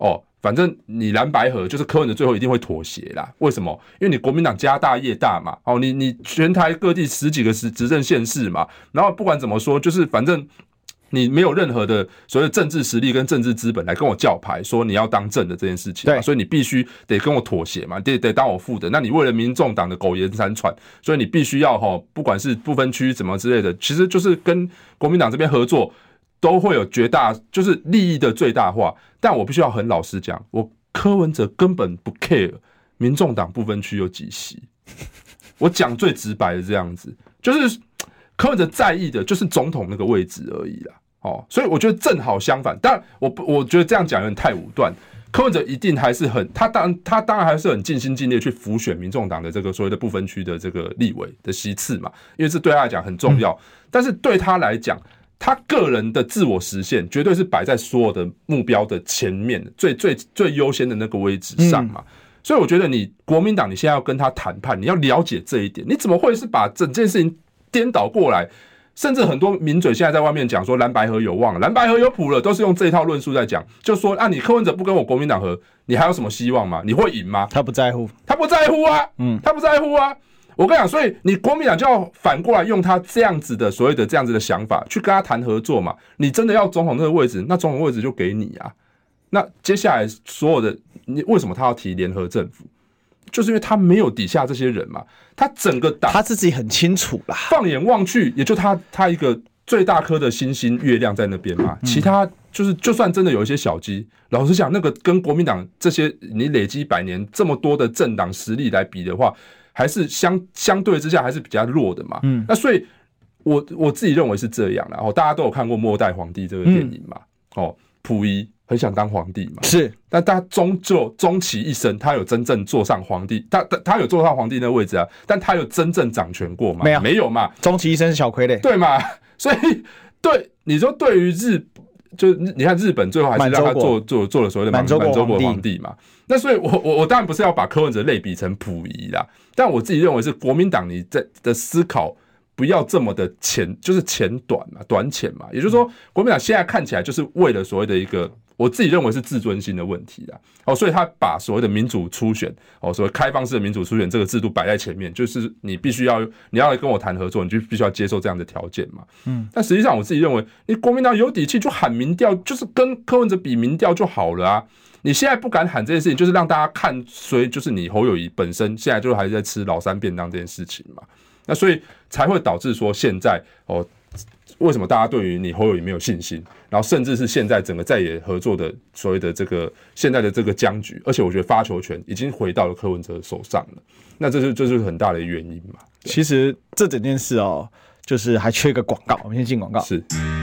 反正你蓝白合就是柯文哲最后一定会妥协啦。为什么？因为你国民党家大业大嘛，你全台各地10几个执政县市嘛，然后不管怎么说，就是反正你没有任何的所谓的政治实力跟政治资本来跟我叫牌说你要当正的这件事情嘛，所以你必须得跟我妥协嘛，得当我副的。那你为了民众党的苟延残喘，所以你必须要不管是不分区怎么之类的，其实就是跟国民党这边合作。都会有就是利益的最大化，但我必须要很老实讲，我柯文哲根本不 care 民众党不分区有几席，我讲最直白的这样子，就是柯文哲在意的就是总统那个位置而已啦，所以我觉得正好相反，但我觉得这样讲有点太武断，柯文哲一定还是他当然还是很尽心尽力去辅选民众党的这个所谓的不分区的这个立委的席次嘛，因为这对他来讲很重要，但是对他来讲。他个人的自我实现绝对是摆在所有的目标的前面，最优先的那个位置上嘛。所以我觉得你国民党你现在要跟他谈判，你要了解这一点，你怎么会是把整件事情颠倒过来？甚至很多名嘴现在在外面讲说蓝白合有望，蓝白合有谱了，都是用这一套论述在讲，就说你柯文哲不跟我国民党合，你还有什么希望吗？你会赢吗？ 他不在乎， 他不在乎啊，他不在乎啊。我跟你讲，所以你国民党就要反过来用他这样子的所谓的这样子的想法去跟他谈合作嘛。你真的要总统那个位置，那总统位置就给你啊。那接下来所有的你为什么他要提联合政府？就是因为他没有底下这些人嘛。他整个党他自己很清楚啦。 放眼望去，也就他一个最大颗的星星月亮在那边嘛。其他就算真的有一些小鸡，老实讲，那个跟国民党这些你累积100年这么多的政党实力来比的话。还是相对之下还是比较弱的嘛，那所以我自己认为是这样啦。大家都有看过《末代皇帝》这个电影嘛，溥仪很想当皇帝嘛， 是， 但他终其一生，他有真正坐上皇帝，他有坐上皇帝那个位置啊，但他有真正掌权过吗？没有嘛， 终其一生是小傀儡， 对嘛？所以你说对于就你看日本最后还是让他做了所谓的满洲国皇帝嘛。那所以我当然不是要把柯文哲类比成溥仪啦，但我自己认为是国民党你的思考不要这么的就是浅短嘛，短浅嘛。也就是说，国民党现在看起来就是为了所谓的一个，我自己认为是自尊心的问题啦。所以他把所谓的民主初选，所谓开放式的民主初选这个制度摆在前面，就是你要来跟我谈合作，你就必须要接受这样的条件嘛。但实际上我自己认为，你国民党有底气就喊民调，就是跟柯文哲比民调就好了啊。你现在不敢喊这件事情，就是让大家看，所以就是你侯友宜本身现在就还在吃老三便当这件事情嘛。那所以才会导致说现在为什么大家对于你侯友宜没有信心，然后甚至是现在整个在野合作的所谓的这个现在的这个僵局，而且我觉得发球权已经回到了柯文哲手上了，那这就是很大的原因嘛。 其实这整件事就是还缺一个广告，我们先进广告。 是。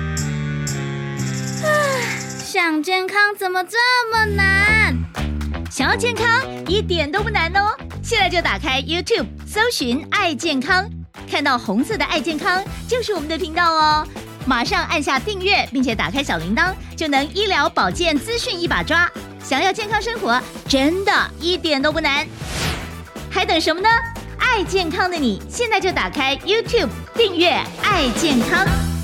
想健康怎么这么难？想要健康一点都不难哦！现在就打开 YouTube 搜寻爱健康，看到红色的爱健康就是我们的频道哦。马上按下订阅，并且打开小铃铛，就能医疗保健资讯一把抓。想要健康生活，真的一点都不难，还等什么呢？爱健康的你，现在就打开 YouTube 订阅爱健康。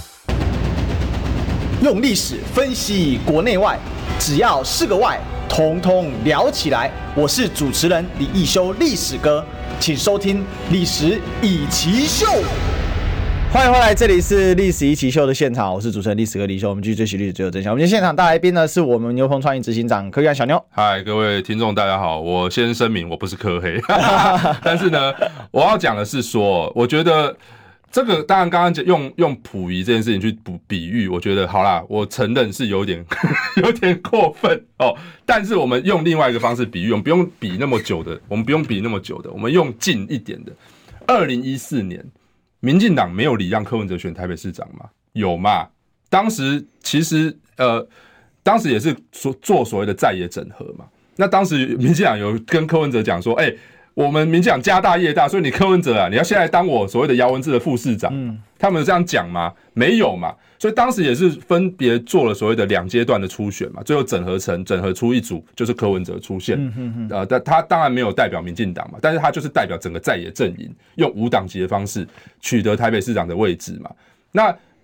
用历史分析国内外，只要是个外，统统聊起来。我是主持人李义修，历史哥，请收听《历史一奇秀》。欢迎回来，这里是《历史一奇秀》的现场，我是主持人历史哥李修。我们继续追寻历史，最有真相。我们今天现场大来宾呢，是我们牛棚创意执行长柯玉安小妞。 嗨，各位听众，大家好，我先声明，我不是柯黑，但是呢，我要讲的是说，我觉得。这个当然，刚刚用溥仪这件事情去比喻，我觉得好啦，我承认是有点过分哦。但是我们用另外一个方式比喻，我们不用比那么久的，我们用近一点的。2014年，民进党没有礼让柯文哲选台北市长吗？有嘛？当时其实当时也是做所谓的在野整合嘛。那当时民进党有跟柯文哲讲说，我们民进党家大业大，所以你柯文哲啊，你要现在当我所谓的姚文智的副市长，他们有这样讲吗？没有嘛。所以当时也是分别做了所谓的2阶段的初选嘛，最后整合出一组，就是柯文哲出现。但他当然没有代表民进党嘛，但是他就是代表整个在野阵营，用无党籍的方式取得台北市长的位置嘛。那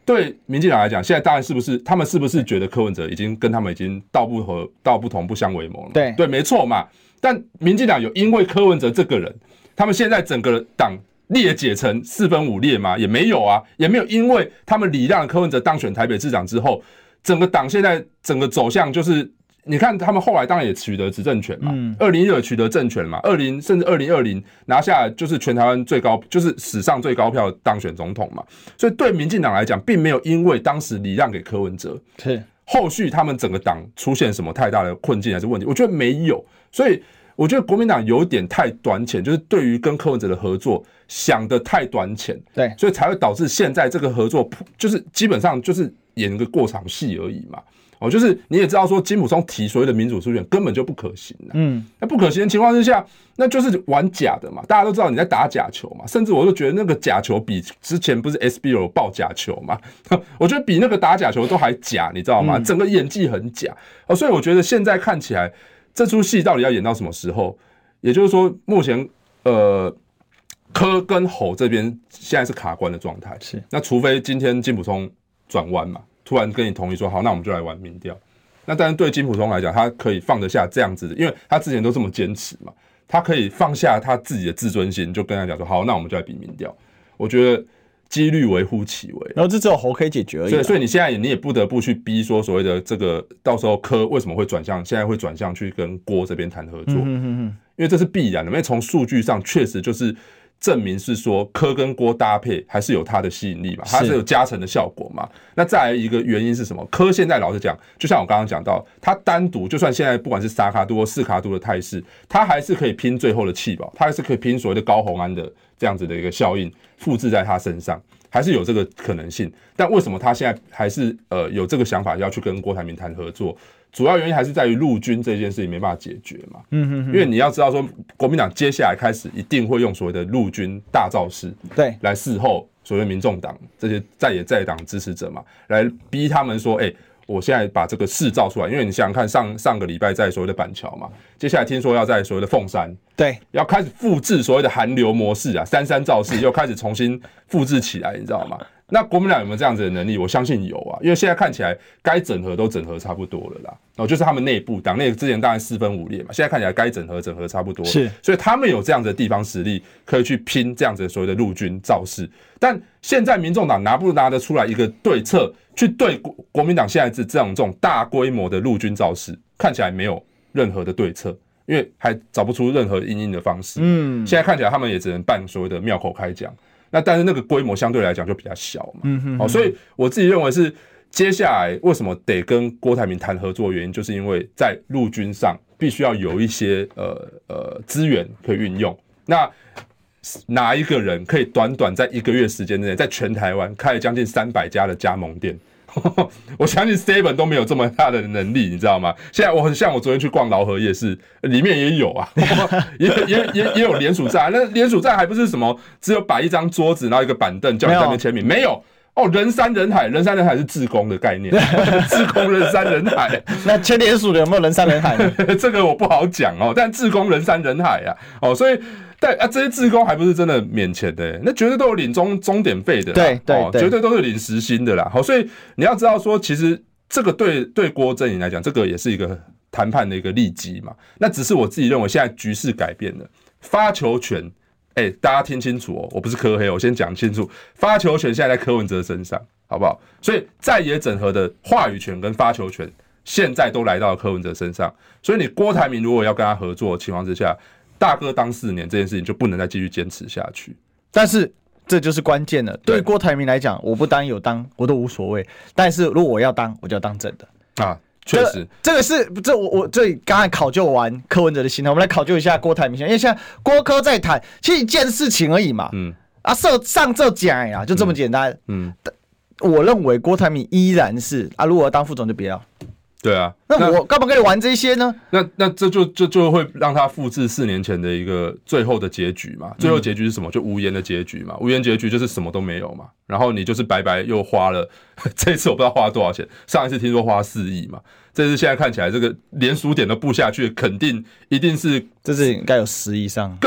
对民进党来讲，现在当然他们是不是觉得柯文哲已经跟他们已经道不同不相为谋了？ 对， 没错嘛。但民进党有因为柯文哲这个人，他们现在整个党裂解成4分5裂吗？也没有啊，也没有因为他们礼让柯文哲当选台北市长之后，整个党现在整个走向就是。你看，他们后来当然也取得执政权嘛，2016取得政权嘛，甚至2020拿下就是全台湾最高，就是史上最高票当选总统嘛。所以对民进党来讲，并没有因为当时礼让给柯文哲， 是后续他们整个党出现什么太大的困境还是问题，我觉得没有。所以我觉得国民党有点太短浅，就是对于跟柯文哲的合作想得太短浅， 对， 所以才会导致现在这个合作就是基本上就是演个过场戏而已嘛。就是你也知道说金溥聪提所谓的民主初选根本就不可行那不可行的情况之下，那就是玩假的嘛，大家都知道你在打假球嘛，甚至我就觉得那个假球比之前不是 SBL 有爆假球嘛，我觉得比那个打假球都还假，你知道吗？整个演技很假所以我觉得现在看起来这出戏到底要演到什么时候？也就是说，目前柯跟侯这边现在是卡关的状态， 是那除非今天金溥聪转弯嘛。突然跟你同意说好，那我们就来玩民调。那但是对金溥聪来讲，他可以放得下这样子的，因为他之前都这么坚持嘛，他可以放下他自己的自尊心，就跟他讲说好，那我们就来比民调。我觉得几率微乎其微， 然后这只有侯可以解决而已。 所以你现在你也不得不去逼说所谓的这个到时候柯为什么会现在会转向去跟郭这边谈合作？因为这是必然的，因为从数据上确实就是。证明是说柯跟郭搭配还是有它的吸引力嘛，它是有加成的效果嘛。那再来一个原因是什么？柯现在老实讲，就像我刚刚讲到，他单独就算现在不管是3卡都或4卡都的态势，他还是可以拼最后的弃保，他还是可以拼所谓的高虹安的这样子的一个效应复制在他身上，还是有这个可能性。但为什么他现在还是有这个想法要去跟郭台铭谈合作？主要原因还是在于陆军这件事情没办法解决嘛，因为你要知道说，国民党接下来开始一定会用所谓的陆军大造势， 对， 来伺候所谓民众党这些在野在党支持者嘛，来逼他们说，我现在把这个事造出来，因为你想想看，上个礼拜在所谓的板桥嘛，接下来听说要在所谓的凤山， 对， 要开始复制所谓的韩流模式啊，三造势又开始重新复制起来，你知道吗？那国民党有没有这样子的能力？我相信有啊，因为现在看起来该整合都整合差不多了啦。就是他们内部党内之前当然4分5裂嘛，现在看起来该整合差不多了， 是，所以他们有这样子的地方实力可以去拼这样子的所谓的陆军造势。但现在民众党拿不拿得出来一个对策去对国民党现在这种大规模的陆军造势，看起来没有任何的对策，因为还找不出任何因应的方式。现在看起来他们也只能办所谓的庙口开讲。那但是那个规模相对来讲就比较小嘛，所以我自己认为是接下来为什么得跟郭台铭谈合作的原因，就是因为在陆军上必须要有一些资源可以运用。那哪一个人可以短在1个月时间内，在全台湾开了将近300家的加盟店？我相信 Seven 都没有这么大的能力，你知道吗？现在我很像我昨天去逛劳合夜市，里面也有啊，也有联署站。那联署站还不是什么只有摆一张桌子，然后一个板凳叫你在那边签名，没有人山人海是志工的概念，志工人山人海。 那签联署的有没有人山人海呢？ 这个我不好讲但志工人山人海啊，所以。但这些志工还不是真的免钱的，那绝对都有领钟点费的啦，对，绝对都是领时薪的啦。好，所以你要知道说，其实这个对郭阵营来讲，这个也是一个谈判的一个利基嘛。那只是我自己认为，现在局势改变了，发球权，大家听清楚我不是柯黑，我先讲清楚，发球权现在在柯文哲身上，好不好？所以在野整合的话语权跟发球权，现在都来到了柯文哲身上。所以你郭台铭如果要跟他合作的情况之下，大哥当4年这件事情就不能再继续坚持下去， 但是这就是关键了。对郭台铭来讲，我不当有当我都无所谓，但是如果我要当，我就要当正的啊。确实， 这个是我这刚才考究完柯文哲的心态，我们来考究一下郭台铭心态，因为现在郭柯在谈，其实一件事情而已嘛。上这讲呀，就这么简单。我认为郭台铭依然是如果要当副总就别要。 对啊， 那我干嘛跟你玩这些呢？ 那这就会让他复制4年前的一个最后的结局嘛。最后结局是什么？就无言的结局嘛。无言结局就是什么都没有嘛。然后你就是白白又花了，这一次我不知道花了多少钱，上一次听说花4亿嘛。这次现在看起来，这个连数点都布下去，肯定一定是这次应该有10以上，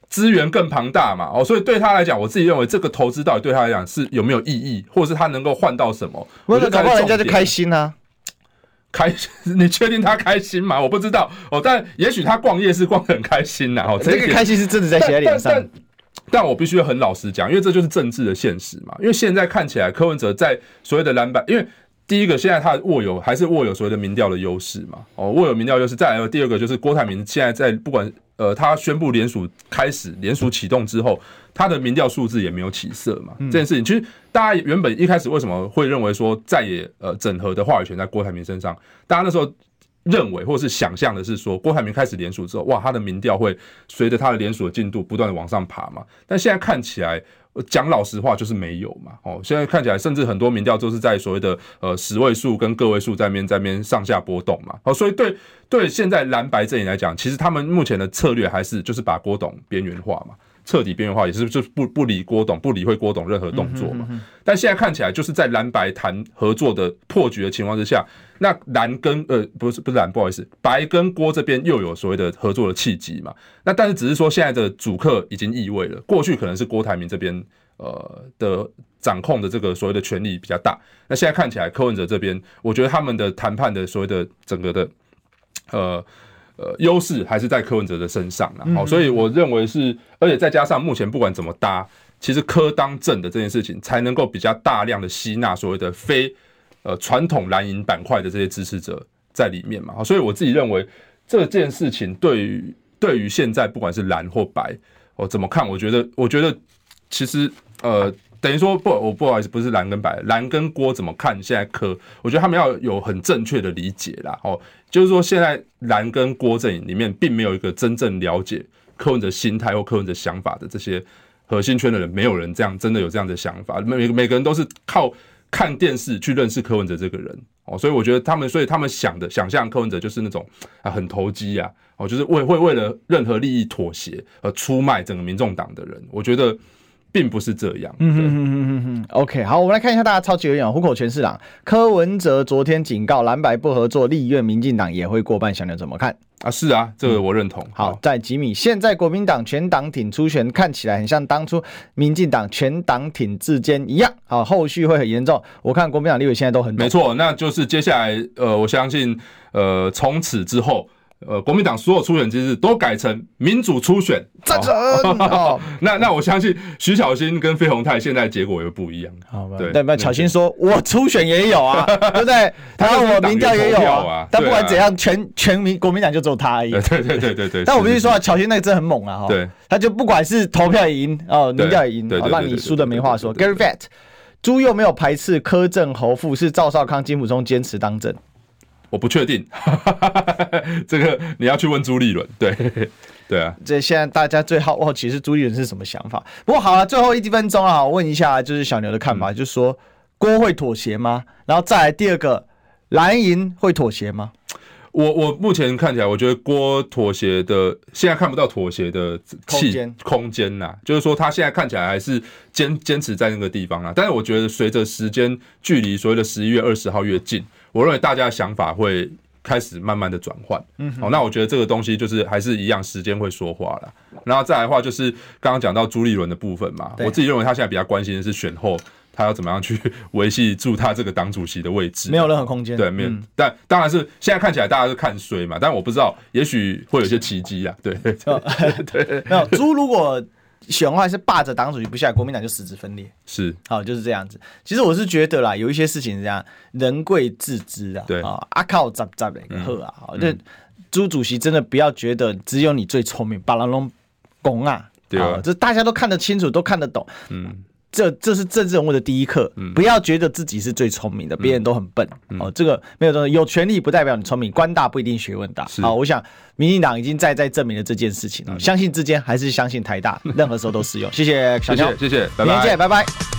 资源更庞大嘛，所以对他来讲，我自己认为这个投资到底对他来讲是有没有意义，或者是他能够换到什么？ 我觉得搞不好人家就开心啊。 你确定他开心吗？我不知道但也许他逛夜市逛得很开心呐。 这个开心是真的在写在脸上。 但我必须很老实讲，因为这就是政治的现实嘛。因为现在看起来柯文哲在所谓的蓝白，因为第一个现在他握有所谓的民调的优势嘛，握有民调优势。再来第二个就是郭台铭现在在不管他宣布联署启动之后，他的民调数字也没有起色嘛。这件事情其实大家原本一开始为什么会认为说在野整合的话语权在郭台铭身上，大家那时候认为或是想象的是说，郭台铭开始联署之后，哇，他的民调会随着他的联署的进度不断的往上爬嘛。但现在看起来，讲老实话就是没有嘛。现在看起来，甚至很多民调都是在所谓的10位数跟个位数在那边上下波动嘛。所以对现在蓝白阵营来讲，其实他们目前的策略还是就是把郭董边缘化嘛。彻底边缘化也是就是不理郭董，不理会郭董任何动作嘛。但现在看起来就是在蓝白谈合作的破局的情况之下，那蓝跟不是蓝，不好意思，白跟郭这边又有所谓的合作的契机嘛。那但是只是说现在的主客已经易位了，过去可能是郭台铭这边的掌控的这个所谓的权力比较大，那现在看起来柯文哲这边，我觉得他们的谈判的所谓的整个的优势还是在柯文哲的身上啦。所以我认为是，而且再加上目前不管怎么搭，其实柯当正的这件事情才能够比较大量的吸纳所谓的非传统蓝营板块的这些支持者在里面嘛。所以我自己认为这件事情对于现在不管是蓝或白，怎么看？我觉得其实等于说我不好意思，不是蓝跟白，蓝跟郭怎么看现在柯？我觉得他们要有很正确的理解啦。就是说现在蓝跟郭阵营里面并没有一个真正了解柯文哲心态或柯文哲想法的这些核心圈的人，没有人真的有这样的想法。每个人都是靠看电视去认识柯文哲这个人。所以我觉得他们想象柯文哲就是那种很投机啊，就是会为了任何利益妥协而出卖整个民众党的人。我觉得并不是这样。 OK， 好，我们来看一下大家超级留言。虎口全市长柯文哲昨天警告蓝白不合作，立院民进党也会过半，小牛怎么看？ 是啊，这个我认同。 好，在吉米，现在国民党全党挺初选，看起来很像当初民进党全党挺志坚一样。好，后续会很严重。我看国民党立委现在都很懂。 没错，那就是接下来我相信从此之后。国民党所有初选机制都改成民主初选， 赞成。 那我相信徐巧芯跟费鸿泰现在结果也不一样。 对，那巧芯说，我初选也有啊，对不对？然后我民调也有啊。但不管怎样，全民国民党就只有他而已。 对。 但我必须说，巧芯那个真的很猛啊。 对， 他就不管是投票也赢，民调也赢，让你输的没话说。Gary Fat， 朱佑没有排斥柯正侯副，是赵少康、金溥聪坚持当政。 我不确定，这个你要去问朱立伦。对啊， 这现在大家最好奇是朱立伦是什么想法。不过好了，最后1分钟啊，我问一下，就是小牛的看法，就是说郭会妥协吗？然后再来第二个，蓝营会妥协吗？ 我目前看起来，我觉得郭妥协的现在看不到妥协的空间呐，就是说他现在看起来还是坚持在那个地方啦。但是我觉得随着时间距离所谓的11月20号越近，我认为大家的想法会开始慢慢的转换。那我觉得这个东西就是还是一样，时间会说话啦。然后再来的话，就是刚刚讲到朱立伦的部分嘛，我自己认为他现在比较关心的是选后。他要怎么样去维系住他这个党主席的位置？ 没有任何空间。 对，没有。但当然是现在看起来大家是看衰嘛，但我不知道，也许会有一些奇迹啊。对。 没有朱如果选后还是霸着党主席不下来，国民党就实质分裂。 是， 好，就是这样子。其实我是觉得啦，有一些事情是这样，人贵自知啊。 对靠杂的一个喝啊。朱主席真的不要觉得只有你最聪明，把人拢拱啊。 对啊， 这大家都看得清楚，都看得懂。这是政治人物的第一课，不要觉得自己是最聪明的，别人都很笨。这个没有东西，有权利不代表你聪明，官大不一定学问大。好，我想民进党已经在证明了这件事情了。相信之间还是相信台大，任何时候都适用。谢谢小妞， 谢谢，拜拜， 明天见，拜拜。